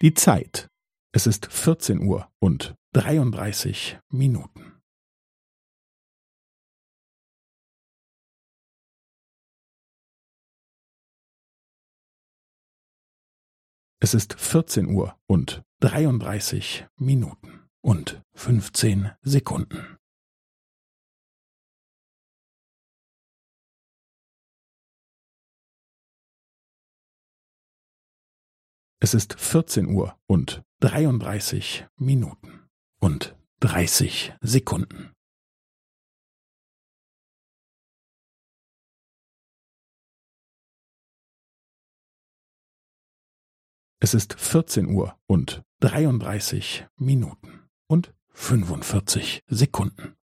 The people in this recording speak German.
Die Zeit. Es ist 14 Uhr und 33 Minuten. Es ist 14 Uhr und 33 Minuten und 15 Sekunden. Es ist 14 Uhr und 33 Minuten und 30 Sekunden. Es ist 14 Uhr und 33 Minuten und 45 Sekunden.